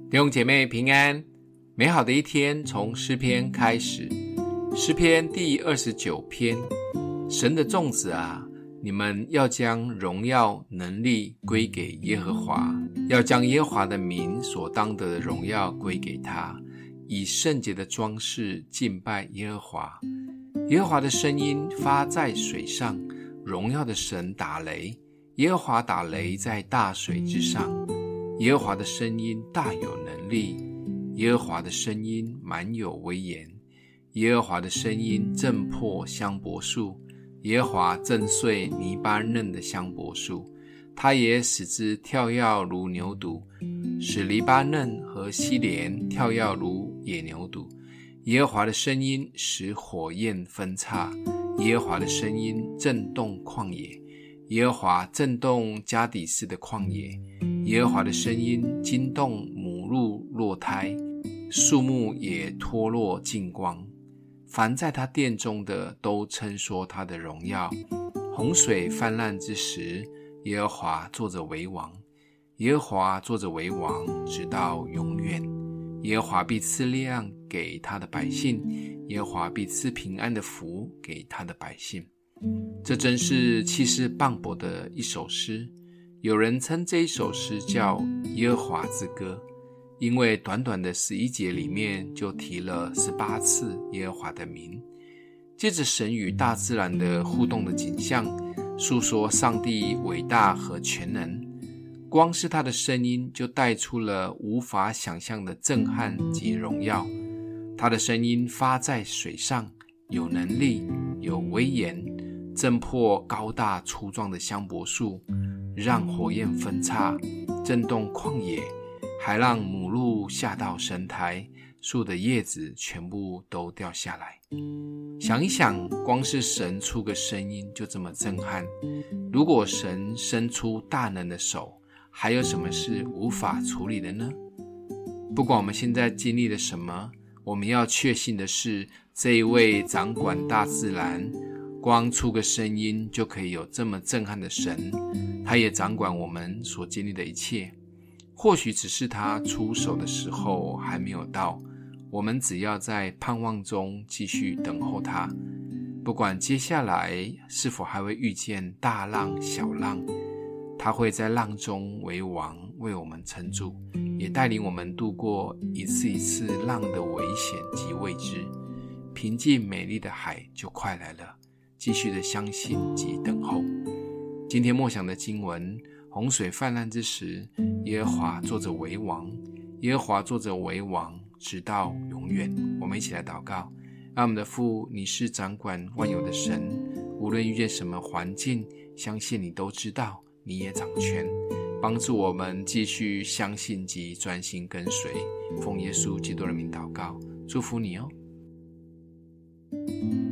弟兄姐妹平安，美好的一天从诗篇开始。诗篇第29篇，神的众子啊，你们要将荣耀能力归给耶和华，要将耶和华的名所当得的荣耀归给他，以圣洁的装饰敬拜耶和华。耶和华的声音发在水上，荣耀的神打雷，耶和华打雷在大水之上。耶和华的声音大有能力，耶和华的声音满有威严。耶和华的声音震破香柏树，耶和华震碎黎巴嫩的香柏树，他也使之跳跃如牛犊，使黎巴嫩和西连跳跃如野牛犊。耶和华的声音使火焰分叉，耶和华的声音震动旷野，耶和华震动加底斯的旷野。耶和华的声音惊动母鹿落胎，树木也脱落净光。凡在他殿中的都称说他的荣耀。洪水泛滥之时，耶和华坐着为王，耶和华坐着为王，直到永远。耶和华必赐力量给他的百姓，耶和华必赐平安的福给他的百姓。这真是气势磅礴的一首诗。有人称这一首诗叫耶和华之歌，因为短短的11节里面就提了18次耶和华的名。接着神与大自然的互动的景象，诉说上帝伟大和全能。光是他的声音就带出了无法想象的震撼及荣耀。他的声音发在水上，有能力，有威严，震破高大粗壮的香柏树，让火焰分叉，震动旷野，还让母鹿下到神台，树的叶子全部都掉下来。想一想，光是神出个声音就这么震撼，如果神伸出大能的手，还有什么是无法处理的呢？不管我们现在经历了什么，我们要确信的是，这一位掌管大自然，光出个声音就可以有这么震撼的神，他也掌管我们所经历的一切。或许只是他出手的时候还没有到，我们只要在盼望中继续等候他。不管接下来是否还会遇见大浪小浪，他会在浪中为王，为我们撑住，也带领我们度过一次一次浪的危险及未知。平静美丽的海就快来了，继续的相信及等候。今天默想的经文，洪水泛滥之时，耶和华坐着为王，耶和华坐着为王，直到永远。我们一起来祷告。爱我们的父，你是掌管万有的神，无论遇见什么环境，相信你都知道，你也掌权，帮助我们继续相信及专心跟随。奉耶稣基督的名祷告，祝福你哦。